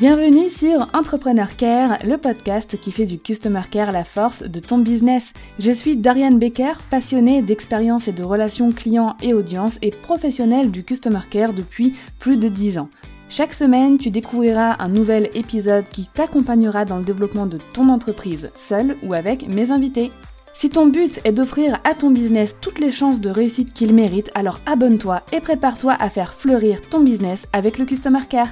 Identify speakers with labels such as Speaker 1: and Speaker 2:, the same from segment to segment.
Speaker 1: Bienvenue sur Entrepreneur Care, le podcast qui fait du Customer Care la force de ton business. Je suis Dariane Becker, passionnée d'expérience et de relations clients et audience et professionnelle du Customer Care depuis plus de 10 ans. Chaque semaine, tu découvriras un nouvel épisode qui t'accompagnera dans le développement de ton entreprise, seul ou avec mes invités. Si ton but est d'offrir à ton business toutes les chances de réussite qu'il mérite, alors abonne-toi et prépare-toi à faire fleurir ton business avec le Customer Care.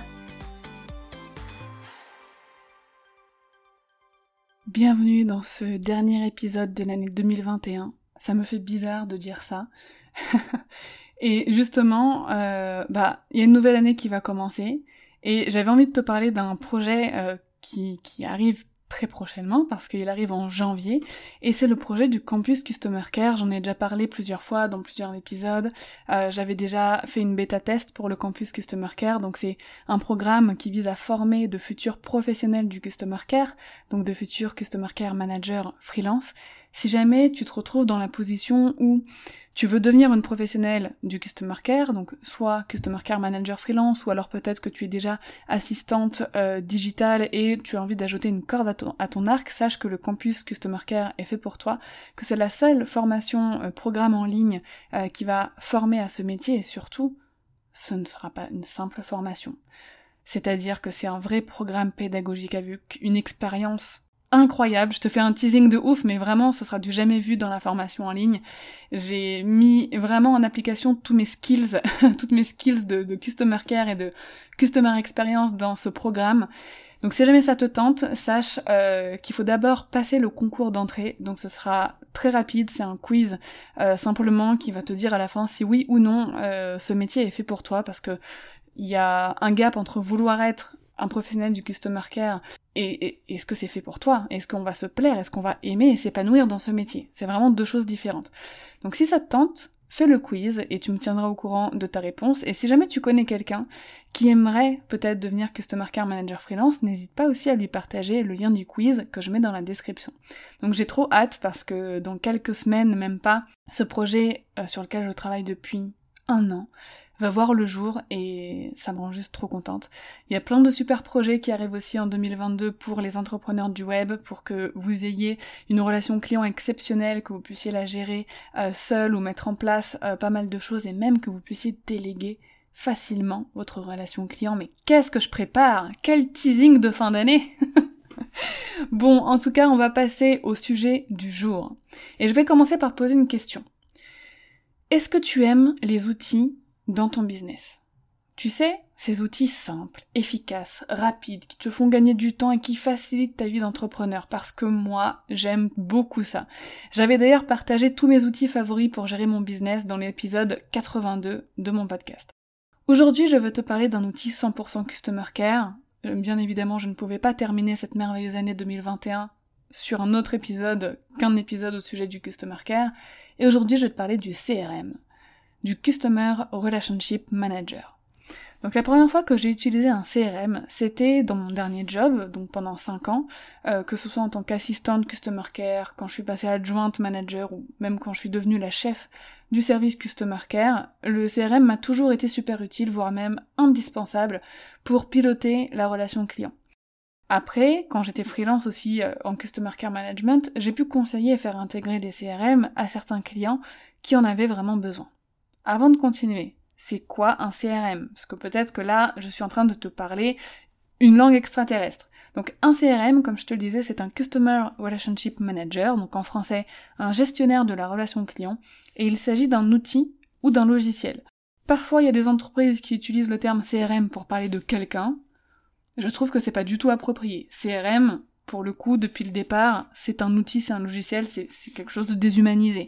Speaker 1: Bienvenue dans ce dernier épisode de l'année 2021. Ça me fait bizarre de dire ça. Et justement, il y a une nouvelle année qui va commencer et j'avais envie de te parler d'un projet qui arrive très prochainement parce qu'il arrive en janvier et c'est le projet du Campus Customer Care. J'en ai déjà parlé plusieurs fois dans plusieurs épisodes. J'avais déjà fait une bêta test pour le Campus Customer Care, donc c'est un programme qui vise à former de futurs professionnels du Customer Care, donc de futurs Customer Care Managers freelance. Si jamais tu te retrouves dans la position où tu veux devenir une professionnelle du Customer Care, donc soit Customer Care Manager freelance, ou alors peut-être que tu es déjà assistante digitale et tu as envie d'ajouter une corde à ton arc, sache que le Campus Customer Care est fait pour toi, que c'est la seule formation, programme en ligne qui va former à ce métier et surtout, ce ne sera pas une simple formation. C'est-à-dire que c'est un vrai programme pédagogique avec une expérience incroyable. Je te fais un teasing de ouf, mais vraiment, ce sera du jamais vu dans la formation en ligne. J'ai mis vraiment en application tous mes skills, toutes mes skills de Customer Care et de Customer Experience dans ce programme. Donc si jamais ça te tente, sache qu'il faut d'abord passer le concours d'entrée. Donc ce sera très rapide, c'est un quiz simplement qui va te dire à la fin si oui ou non ce métier est fait pour toi, parce que il y a un gap entre vouloir être un professionnel du Customer Care et est-ce que c'est fait pour toi? Est-ce qu'on va se plaire? Est-ce qu'on va aimer et s'épanouir dans ce métier? C'est vraiment deux choses différentes. Donc si ça te tente, fais le quiz et tu me tiendras au courant de ta réponse. Et si jamais tu connais quelqu'un qui aimerait peut-être devenir Customer Care Manager freelance, n'hésite pas aussi à lui partager le lien du quiz que je mets dans la description. Donc j'ai trop hâte parce que dans quelques semaines, même pas, ce projet sur lequel je travaille depuis 1 an va voir le jour et ça me rend juste trop contente. Il y a plein de super projets qui arrivent aussi en 2022 pour les entrepreneurs du web, pour que vous ayez une relation client exceptionnelle, que vous puissiez la gérer seul ou mettre en place pas mal de choses et même que vous puissiez déléguer facilement votre relation client. Mais qu'est-ce que je prépare? Quel teasing de fin d'année! Bon, en tout cas, on va passer au sujet du jour. Et je vais commencer par poser une question. Est-ce que tu aimes les outils dans ton business? Tu sais, ces outils simples, efficaces, rapides, qui te font gagner du temps et qui facilitent ta vie d'entrepreneur, parce que moi, j'aime beaucoup ça. J'avais d'ailleurs partagé tous mes outils favoris pour gérer mon business dans l'épisode 82 de mon podcast. Aujourd'hui, je veux te parler d'un outil 100% Customer Care. Bien évidemment, je ne pouvais pas terminer cette merveilleuse année 2021 sur un autre épisode qu'un épisode au sujet du Customer Care, et aujourd'hui, je vais te parler du CRM. Du Customer Relationship Manager. Donc la première fois que j'ai utilisé un CRM, c'était dans mon dernier job, donc pendant 5 ans, que ce soit en tant qu'assistante Customer Care, quand je suis passée adjointe manager, ou même quand je suis devenue la chef du service Customer Care, le CRM m'a toujours été super utile, voire même indispensable, pour piloter la relation client. Après, quand j'étais freelance aussi en Customer Care Management, j'ai pu conseiller et faire intégrer des CRM à certains clients qui en avaient vraiment besoin. Avant de continuer, c'est quoi un CRM? Parce que peut-être que là, je suis en train de te parler une langue extraterrestre. Donc un CRM, comme je te le disais, c'est un Customer Relationship Manager, donc en français, un gestionnaire de la relation client, et il s'agit d'un outil ou d'un logiciel. Parfois, il y a des entreprises qui utilisent le terme CRM pour parler de quelqu'un. Je trouve que c'est pas du tout approprié. CRM, pour le coup, depuis le départ, c'est un outil, c'est un logiciel, c'est quelque chose de déshumanisé.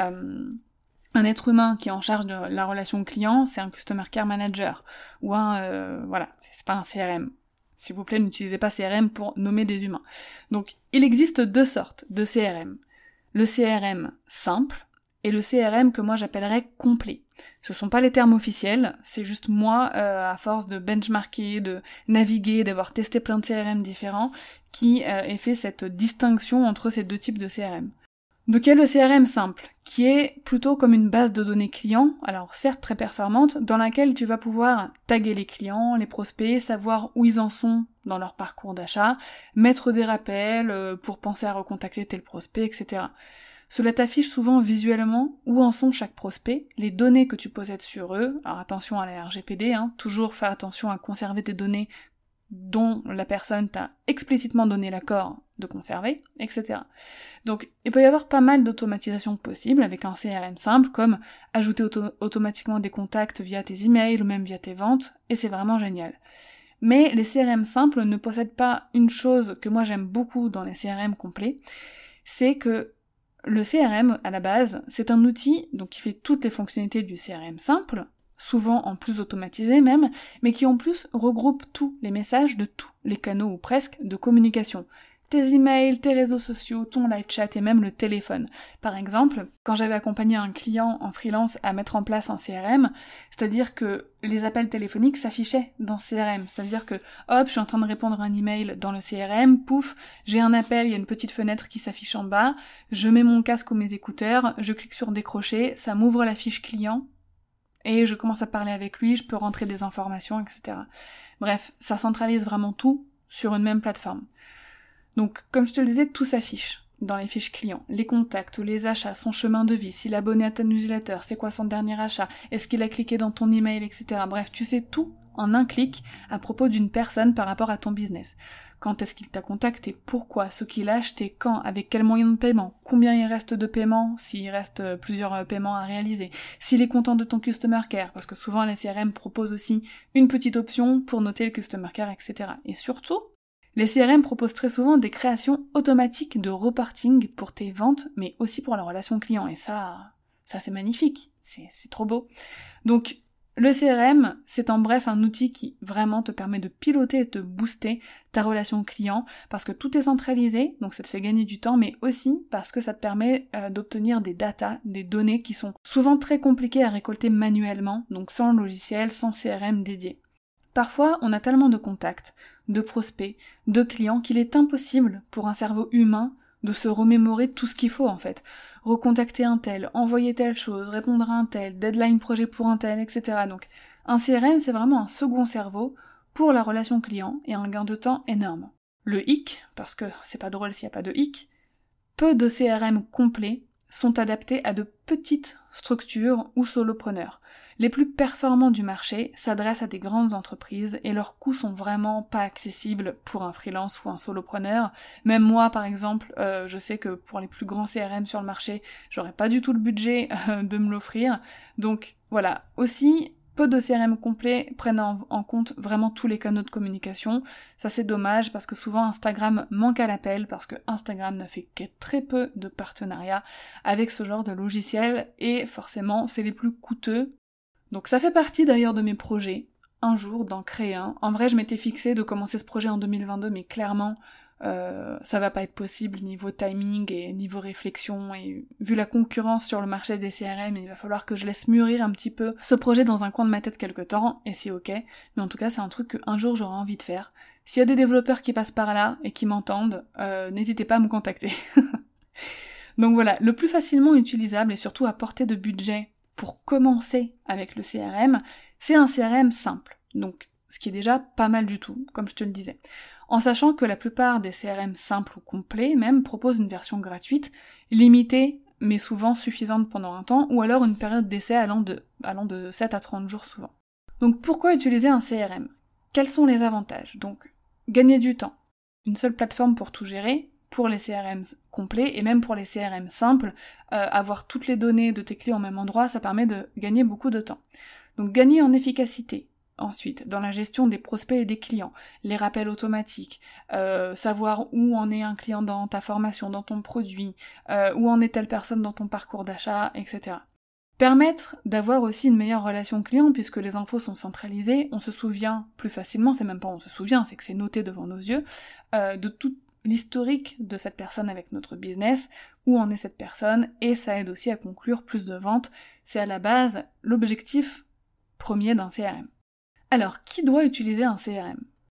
Speaker 1: Un être humain qui est en charge de la relation client, c'est un Customer Care Manager. Ou c'est pas un CRM. S'il vous plaît, n'utilisez pas CRM pour nommer des humains. Donc, il existe 2 sortes de CRM. Le CRM simple et le CRM que moi j'appellerais complet. Ce sont pas les termes officiels, c'est juste moi, à force de benchmarker, de naviguer, d'avoir testé plein de CRM différents, qui ai fait cette distinction entre ces 2 types de CRM. Donc il y a le CRM simple, qui est plutôt comme une base de données clients, alors certes très performante, dans laquelle tu vas pouvoir taguer les clients, les prospects, savoir où ils en sont dans leur parcours d'achat, mettre des rappels pour penser à recontacter tel prospect, etc. Cela t'affiche souvent visuellement où en sont chaque prospect, les données que tu possèdes sur eux, alors attention à la RGPD, toujours faire attention à conserver des données dont la personne t'a explicitement donné l'accord de conserver, etc. Donc il peut y avoir pas mal d'automatisation possibles avec un CRM simple, comme ajouter automatiquement des contacts via tes emails ou même via tes ventes, et c'est vraiment génial. Mais les CRM simples ne possèdent pas une chose que moi j'aime beaucoup dans les CRM complets, c'est que le CRM, à la base, c'est un outil donc qui fait toutes les fonctionnalités du CRM simple, souvent en plus automatisé même, mais qui en plus regroupe tous les messages de tous les canaux ou presque de communication. Tes emails, tes réseaux sociaux, ton live chat et même le téléphone. Par exemple, quand j'avais accompagné un client en freelance à mettre en place un CRM, c'est-à-dire que les appels téléphoniques s'affichaient dans ce CRM. C'est-à-dire que, hop, je suis en train de répondre à un email dans le CRM, pouf, j'ai un appel, il y a une petite fenêtre qui s'affiche en bas, je mets mon casque ou mes écouteurs, je clique sur décrocher, ça m'ouvre la fiche client, et je commence à parler avec lui, je peux rentrer des informations, etc. Bref, ça centralise vraiment tout sur une même plateforme. Donc, comme je te le disais, tout s'affiche dans les fiches clients. Les contacts, les achats, son chemin de vie, s'il est abonné à ta newsletter, c'est quoi son dernier achat, est-ce qu'il a cliqué dans ton email, etc. Bref, tu sais tout en un clic à propos d'une personne par rapport à ton business. Quand est-ce qu'il t'a contacté, pourquoi, ce qu'il a acheté, quand, avec quel moyen de paiement, combien il reste de paiements, s'il reste plusieurs paiements à réaliser, s'il est content de ton customer care, parce que souvent les CRM proposent aussi une petite option pour noter le customer care, etc. Et surtout, les CRM proposent très souvent des créations automatiques de reporting pour tes ventes, mais aussi pour la relation client. Et ça c'est magnifique. C'est trop beau. Donc, le CRM, c'est en bref un outil qui vraiment te permet de piloter et de booster ta relation client, parce que tout est centralisé, donc ça te fait gagner du temps, mais aussi parce que ça te permet d'obtenir des datas, des données qui sont souvent très compliquées à récolter manuellement, donc sans logiciel, sans CRM dédié. Parfois, on a tellement de contacts, de prospects, de clients qu'il est impossible pour un cerveau humain de se remémorer tout ce qu'il faut en fait. Recontacter un tel, envoyer telle chose, répondre à un tel, deadline projet pour un tel, etc. Donc un CRM c'est vraiment un second cerveau pour la relation client et un gain de temps énorme. Le hic, parce que c'est pas drôle s'il n'y a pas de hic, peu de CRM complets sont adaptés à de petites structures ou solopreneurs. Les plus performants du marché s'adressent à des grandes entreprises et leurs coûts sont vraiment pas accessibles pour un freelance ou un solopreneur. Même moi, par exemple, je sais que pour les plus grands CRM sur le marché, j'aurais pas du tout le budget de me l'offrir. Donc voilà, aussi, peu de CRM complets prennent en compte vraiment tous les canaux de communication. Ça c'est dommage parce que souvent Instagram manque à l'appel parce que Instagram ne fait que très peu de partenariats avec ce genre de logiciel et forcément c'est les plus coûteux. Donc ça fait partie d'ailleurs de mes projets, un jour d'en créer un. En vrai je m'étais fixé de commencer ce projet en 2022 mais clairement ça va pas être possible niveau timing et niveau réflexion et vu la concurrence sur le marché des CRM, il va falloir que je laisse mûrir un petit peu ce projet dans un coin de ma tête quelque temps et c'est ok, mais en tout cas c'est un truc qu'un jour j'aurai envie de faire. S'il y a des développeurs qui passent par là et qui m'entendent, n'hésitez pas à me contacter. Donc voilà, le plus facilement utilisable et surtout à portée de budget pour commencer avec le CRM, c'est un CRM simple. Donc ce qui est déjà pas mal du tout, comme je te le disais. En sachant que la plupart des CRM simples ou complets même proposent une version gratuite, limitée mais souvent suffisante pendant un temps, ou alors une période d'essai allant de 7 à 30 jours souvent. Donc pourquoi utiliser un CRM ? Quels sont les avantages ? Donc gagner du temps, une seule plateforme pour tout gérer, pour les CRM complets et même pour les CRM simples, avoir toutes les données de tes clients au même endroit, ça permet de gagner beaucoup de temps. Donc gagner en efficacité. Ensuite, dans la gestion des prospects et des clients, les rappels automatiques, savoir où en est un client dans ta formation, dans ton produit, où en est telle personne dans ton parcours d'achat, etc. Permettre d'avoir aussi une meilleure relation client puisque les infos sont centralisées, on se souvient plus facilement, c'est même pas on se souvient, c'est que c'est noté devant nos yeux, de tout l'historique de cette personne avec notre business, où en est cette personne, et ça aide aussi à conclure plus de ventes. C'est à la base l'objectif premier d'un CRM. Alors, qui doit utiliser un CRM ?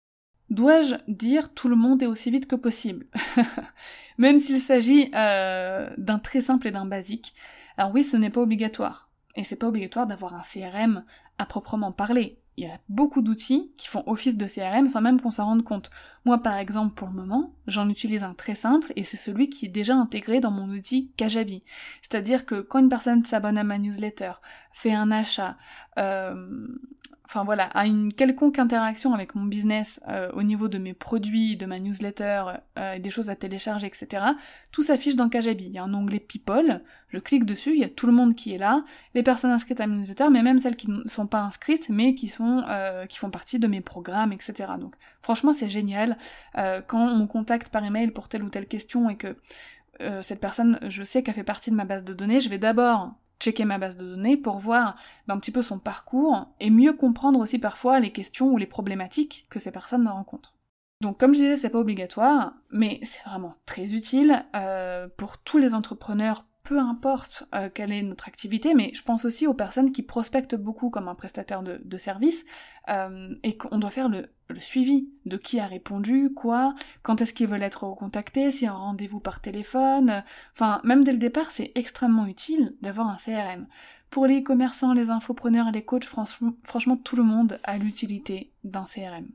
Speaker 1: Dois-je dire tout le monde et aussi vite que possible? Même s'il s'agit d'un très simple et d'un basique. Alors oui, ce n'est pas obligatoire. Et c'est pas obligatoire d'avoir un CRM à proprement parler. Il y a beaucoup d'outils qui font office de CRM sans même qu'on s'en rende compte. Moi, par exemple, pour le moment, j'en utilise un très simple et c'est celui qui est déjà intégré dans mon outil Kajabi. C'est-à-dire que quand une personne s'abonne à ma newsletter, fait un achat, a une quelconque interaction avec mon business au niveau de mes produits, de ma newsletter, des choses à télécharger, etc., tout s'affiche dans Kajabi. Il y a un onglet People, je clique dessus, il y a tout le monde qui est là, les personnes inscrites à ma newsletter, mais même celles qui ne sont pas inscrites, mais qui font partie de mes programmes, etc. Donc franchement c'est génial. Quand on me contacte par email pour telle ou telle question et que cette personne, je sais qu'elle fait partie de ma base de données, je vais d'abord checker ma base de données pour voir un petit peu son parcours et mieux comprendre aussi parfois les questions ou les problématiques que ces personnes rencontrent. Donc comme je disais, c'est pas obligatoire, mais c'est vraiment très utile pour tous les entrepreneurs, peu importe quelle est notre activité, mais je pense aussi aux personnes qui prospectent beaucoup comme un prestataire de service, et qu'on doit faire le suivi de qui a répondu, quoi, quand est-ce qu'ils veulent être recontactés, s'il y a un rendez-vous par téléphone, enfin même dès le départ c'est extrêmement utile d'avoir un CRM. Pour les commerçants, les infopreneurs et les coachs, franchement tout le monde a l'utilité d'un CRM.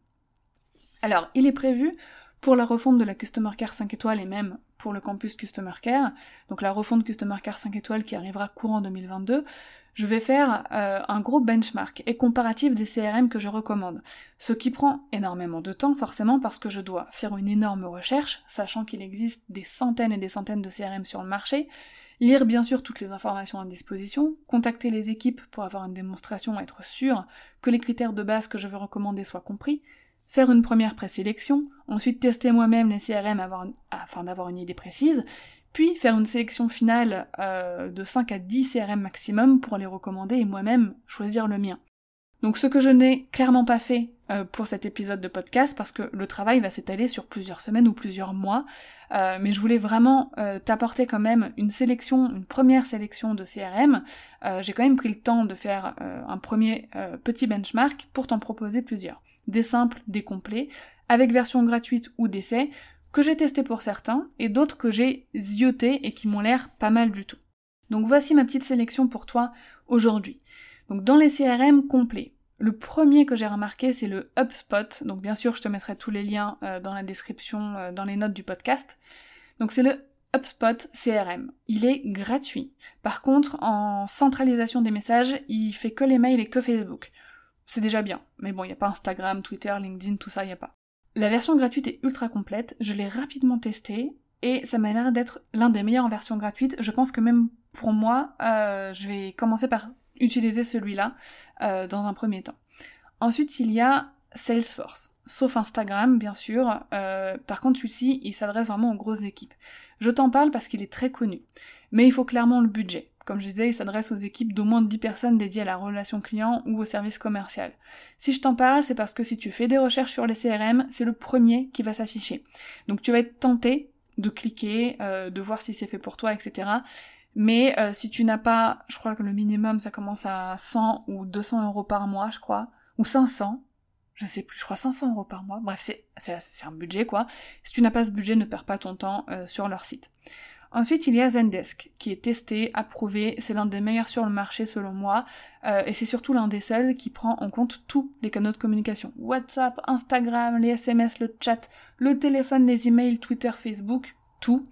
Speaker 1: Alors, il est prévu pour la refonte de la Customer Care 5 étoiles et même pour le campus Customer Care, donc la refonte Customer Care 5 étoiles qui arrivera courant 2022, je vais faire un gros benchmark et comparatif des CRM que je recommande. Ce qui prend énormément de temps forcément parce que je dois faire une énorme recherche, sachant qu'il existe des centaines et des centaines de CRM sur le marché, lire bien sûr toutes les informations à disposition, contacter les équipes pour avoir une démonstration, être sûr que les critères de base que je veux recommander soient compris, faire une première présélection, ensuite tester moi-même les CRM afin d'avoir une idée précise, puis faire une sélection finale de 5 à 10 CRM maximum pour les recommander et moi-même choisir le mien. Donc ce que je n'ai clairement pas fait pour cet épisode de podcast, parce que le travail va s'étaler sur plusieurs semaines ou plusieurs mois, mais je voulais vraiment t'apporter quand même une première sélection de CRM. J'ai quand même pris le temps de faire un premier petit benchmark pour t'en proposer plusieurs. Des simples, des complets, avec version gratuite ou d'essai, que j'ai testé pour certains, et d'autres que j'ai ziotés et qui m'ont l'air pas mal du tout. Donc voici ma petite sélection pour toi aujourd'hui. Donc dans les CRM complets, le premier que j'ai remarqué c'est le HubSpot, donc bien sûr je te mettrai tous les liens dans la description, dans les notes du podcast. Donc c'est le HubSpot CRM. Il est gratuit. Par contre, en centralisation des messages, il fait que les mails et que Facebook. C'est déjà bien, mais bon, il n'y a pas Instagram, Twitter, LinkedIn, tout ça, il n'y a pas. La version gratuite est ultra complète, je l'ai rapidement testée, et ça m'a l'air d'être l'un des meilleurs en version gratuite. Je pense que même pour moi, je vais commencer par utiliser celui-là dans un premier temps. Ensuite, il y a Salesforce, sauf Instagram, bien sûr. Par contre, celui-ci, il s'adresse vraiment aux grosses équipes. Je t'en parle parce qu'il est très connu, mais il faut clairement le budget. Comme je disais, il s'adresse aux équipes d'au moins 10 personnes dédiées à la relation client ou au service commercial. Si je t'en parle, c'est parce que si tu fais des recherches sur les CRM, c'est le premier qui va s'afficher. Donc tu vas être tenté de cliquer, de voir si c'est fait pour toi, etc. Mais si tu n'as pas, je crois que le minimum ça commence à 100 ou 200 euros par mois, je crois, ou 500, je sais plus, je crois 500 euros par mois, bref c'est un budget quoi. Si tu n'as pas ce budget, ne perds pas ton temps sur leur site. Ensuite, il y a Zendesk, qui est testé, approuvé, c'est l'un des meilleurs sur le marché selon moi, et c'est surtout l'un des seuls qui prend en compte tous les canaux de communication. WhatsApp, Instagram, les SMS, le chat, le téléphone, les emails, Twitter, Facebook, tout.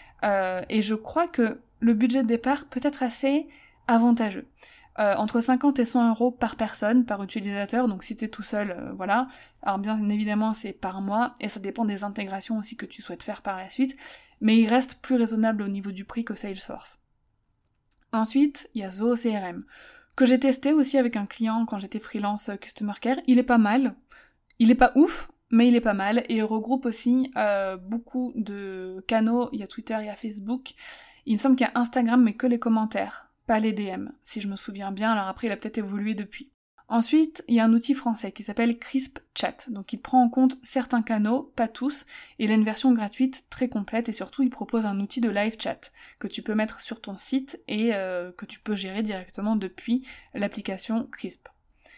Speaker 1: Et je crois que le budget de départ peut être assez avantageux. Entre 50 et 100 euros par personne, par utilisateur, donc si t'es tout seul, voilà. Alors bien évidemment c'est par mois, et ça dépend des intégrations aussi que tu souhaites faire par la suite, mais il reste plus raisonnable au niveau du prix que Salesforce. Ensuite, il y a Zoho CRM, que j'ai testé aussi avec un client quand j'étais freelance Customer Care, il est pas mal, il est pas ouf, mais il est pas mal, et il regroupe aussi beaucoup de canaux, il y a Twitter, il y a Facebook, il me semble qu'il y a Instagram mais que les commentaires, pas les DM, si je me souviens bien, alors après il a peut-être évolué depuis. Ensuite, il y a un outil français qui s'appelle Crisp Chat, donc il prend en compte certains canaux, pas tous, et il a une version gratuite très complète, et surtout il propose un outil de live chat que tu peux mettre sur ton site et que tu peux gérer directement depuis l'application Crisp.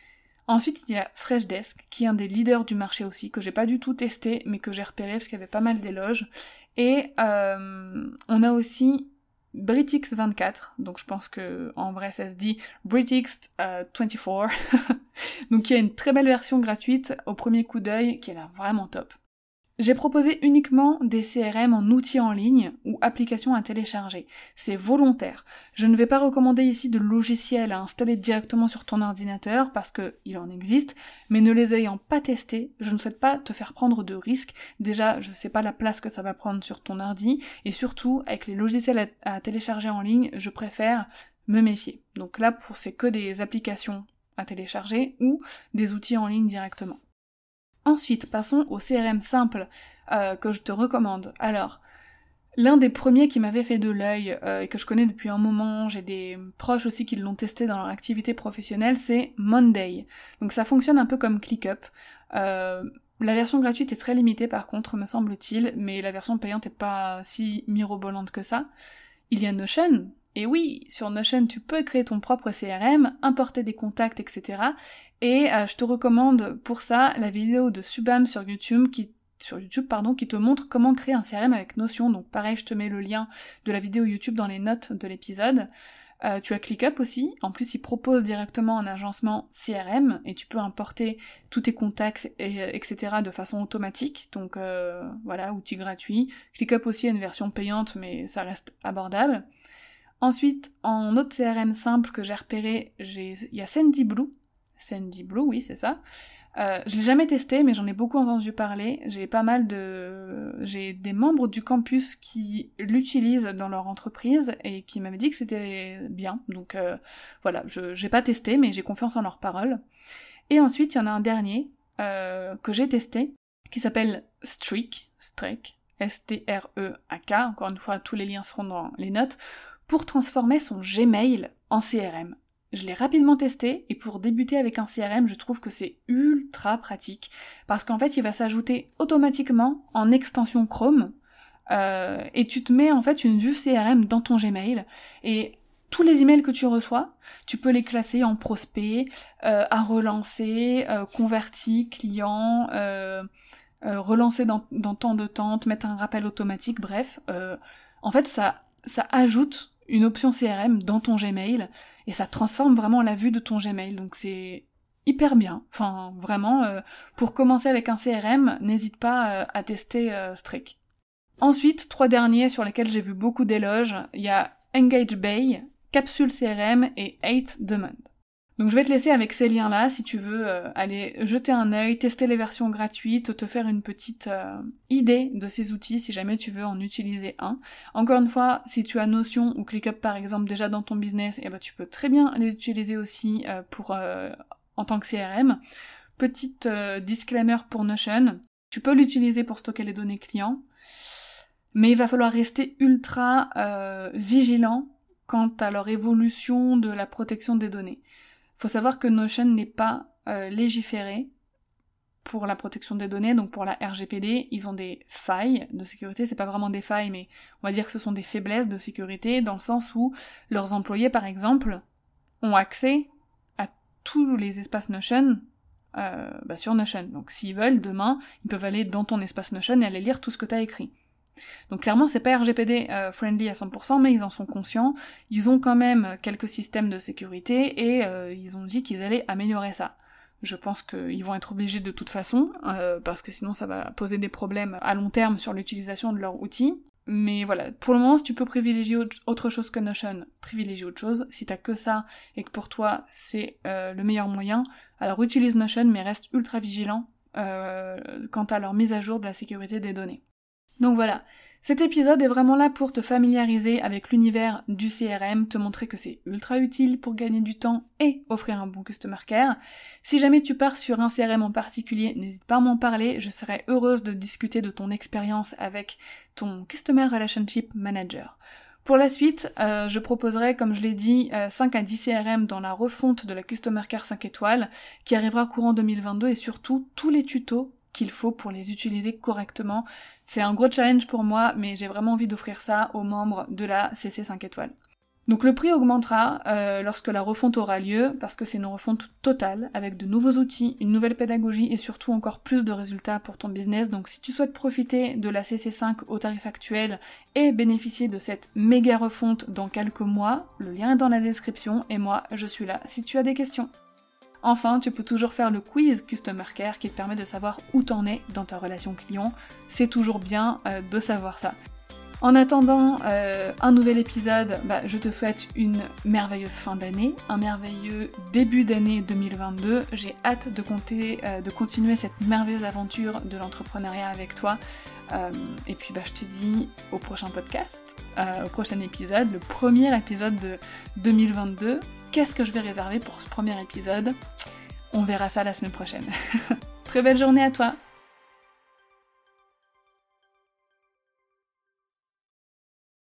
Speaker 1: Ensuite, il y a Freshdesk, qui est un des leaders du marché aussi, que j'ai pas du tout testé, mais que j'ai repéré parce qu'il y avait pas mal d'éloges. Et on a aussi Britix24, donc je pense que en vrai ça se dit Britix24, donc il y a une très belle version gratuite au premier coup d'œil qui est là vraiment top. J'ai proposé uniquement des CRM en outils en ligne ou applications à télécharger. C'est volontaire. Je ne vais pas recommander ici de logiciels à installer directement sur ton ordinateur parce qu'il en existe, mais ne les ayant pas testés, je ne souhaite pas te faire prendre de risques. Déjà, je sais pas la place que ça va prendre sur ton ordi, et surtout, avec les logiciels à télécharger en ligne, je préfère me méfier. Donc là, c'est que des applications à télécharger ou des outils en ligne directement. Ensuite, passons au CRM simple que je te recommande. Alors, l'un des premiers qui m'avait fait de l'œil et que je connais depuis un moment, j'ai des proches aussi qui l'ont testé dans leur activité professionnelle, c'est Monday. Donc ça fonctionne un peu comme ClickUp. La version gratuite est très limitée par contre, me semble-t-il, mais la version payante est pas si mirobolante que ça. Il y a Notion. Et oui, sur Notion, tu peux créer ton propre CRM, importer des contacts, etc. Et je te recommande pour ça la vidéo de Subham sur YouTube qui te montre comment créer un CRM avec Notion. Donc pareil, je te mets le lien de la vidéo YouTube dans les notes de l'épisode. Tu as ClickUp aussi, en plus il propose directement un agencement CRM et tu peux importer tous tes contacts, etc. de façon automatique, donc voilà, outil gratuit. ClickUp aussi a une version payante mais ça reste abordable. Ensuite, en autre CRM simple que j'ai repéré, il y a Sendyblue, oui c'est ça. Je l'ai jamais testé, mais j'en ai beaucoup entendu parler. J'ai des membres du campus qui l'utilisent dans leur entreprise et qui m'avaient dit que c'était bien. Donc voilà, j'ai pas testé, mais j'ai confiance en leurs paroles. Et ensuite, il y en a un dernier que j'ai testé, qui s'appelle Streak, S-T-R-E-A-K. Encore une fois, tous les liens seront dans les notes, pour transformer son Gmail en CRM. Je l'ai rapidement testé, et pour débuter avec un CRM, je trouve que c'est ultra pratique, parce qu'en fait, il va s'ajouter automatiquement en extension Chrome, et tu te mets en fait une vue CRM dans ton Gmail, et tous les emails que tu reçois, tu peux les classer en prospects, à relancer, convertis, clients, relancer dans tant de temps, te mettre un rappel automatique, bref. En fait, ça ajoute une option CRM dans ton Gmail, et ça transforme vraiment la vue de ton Gmail, donc c'est hyper bien. Enfin, vraiment, pour commencer avec un CRM, n'hésite pas à tester Streak. Ensuite, 3 derniers sur lesquels j'ai vu beaucoup d'éloges, il y a EngageBay, Capsule CRM et 8 Demand. Donc je vais te laisser avec ces liens-là si tu veux aller jeter un œil, tester les versions gratuites, te faire une petite idée de ces outils si jamais tu veux en utiliser un. Encore une fois, si tu as Notion ou ClickUp par exemple déjà dans ton business, eh ben tu peux très bien les utiliser aussi en tant que CRM. Petite disclaimer pour Notion, tu peux l'utiliser pour stocker les données clients, mais il va falloir rester ultra vigilant quant à leur évolution de la protection des données. Faut savoir que Notion n'est pas légiféré pour la protection des données, donc pour la RGPD, ils ont des failles de sécurité, c'est pas vraiment des failles, mais on va dire que ce sont des faiblesses de sécurité, dans le sens où leurs employés, par exemple, ont accès à tous les espaces Notion sur Notion. Donc s'ils veulent, demain, ils peuvent aller dans ton espace Notion et aller lire tout ce que t'as écrit. Donc clairement, c'est pas RGPD friendly à 100%, mais ils en sont conscients. Ils ont quand même quelques systèmes de sécurité et ils ont dit qu'ils allaient améliorer ça. Je pense qu'ils vont être obligés de toute façon, parce que sinon ça va poser des problèmes à long terme sur l'utilisation de leur outil. Mais voilà, pour le moment, si tu peux privilégier autre chose que Notion, privilégie autre chose. Si t'as que ça et que pour toi c'est le meilleur moyen, alors utilise Notion, mais reste ultra vigilant quant à leur mise à jour de la sécurité des données. Donc voilà, cet épisode est vraiment là pour te familiariser avec l'univers du CRM, te montrer que c'est ultra utile pour gagner du temps et offrir un bon customer care. Si jamais tu pars sur un CRM en particulier, n'hésite pas à m'en parler, je serais heureuse de discuter de ton expérience avec ton Customer Relationship Manager. Pour la suite, je proposerai, comme je l'ai dit, 5 à 10 CRM dans la refonte de la Customer Care 5 étoiles, qui arrivera courant 2022, et surtout tous les tutos qu'il faut pour les utiliser correctement. C'est un gros challenge pour moi, mais j'ai vraiment envie d'offrir ça aux membres de la CC 5 étoiles. Donc le prix augmentera lorsque la refonte aura lieu, parce que c'est une refonte totale, avec de nouveaux outils, une nouvelle pédagogie et surtout encore plus de résultats pour ton business. Donc si tu souhaites profiter de la CC5 au tarif actuel et bénéficier de cette méga refonte dans quelques mois, le lien est dans la description et moi je suis là si tu as des questions. Enfin, tu peux toujours faire le quiz Customer Care qui te permet de savoir où t'en es dans ta relation client. C'est toujours bien de savoir ça. En attendant un nouvel épisode, je te souhaite une merveilleuse fin d'année, un merveilleux début d'année 2022. J'ai hâte de continuer cette merveilleuse aventure de l'entrepreneuriat avec toi. Et puis je te dis au prochain podcast, au prochain épisode, le premier épisode de 2022. Qu'est-ce que je vais réserver pour ce premier épisode ? On verra ça la semaine prochaine. Très belle journée à toi!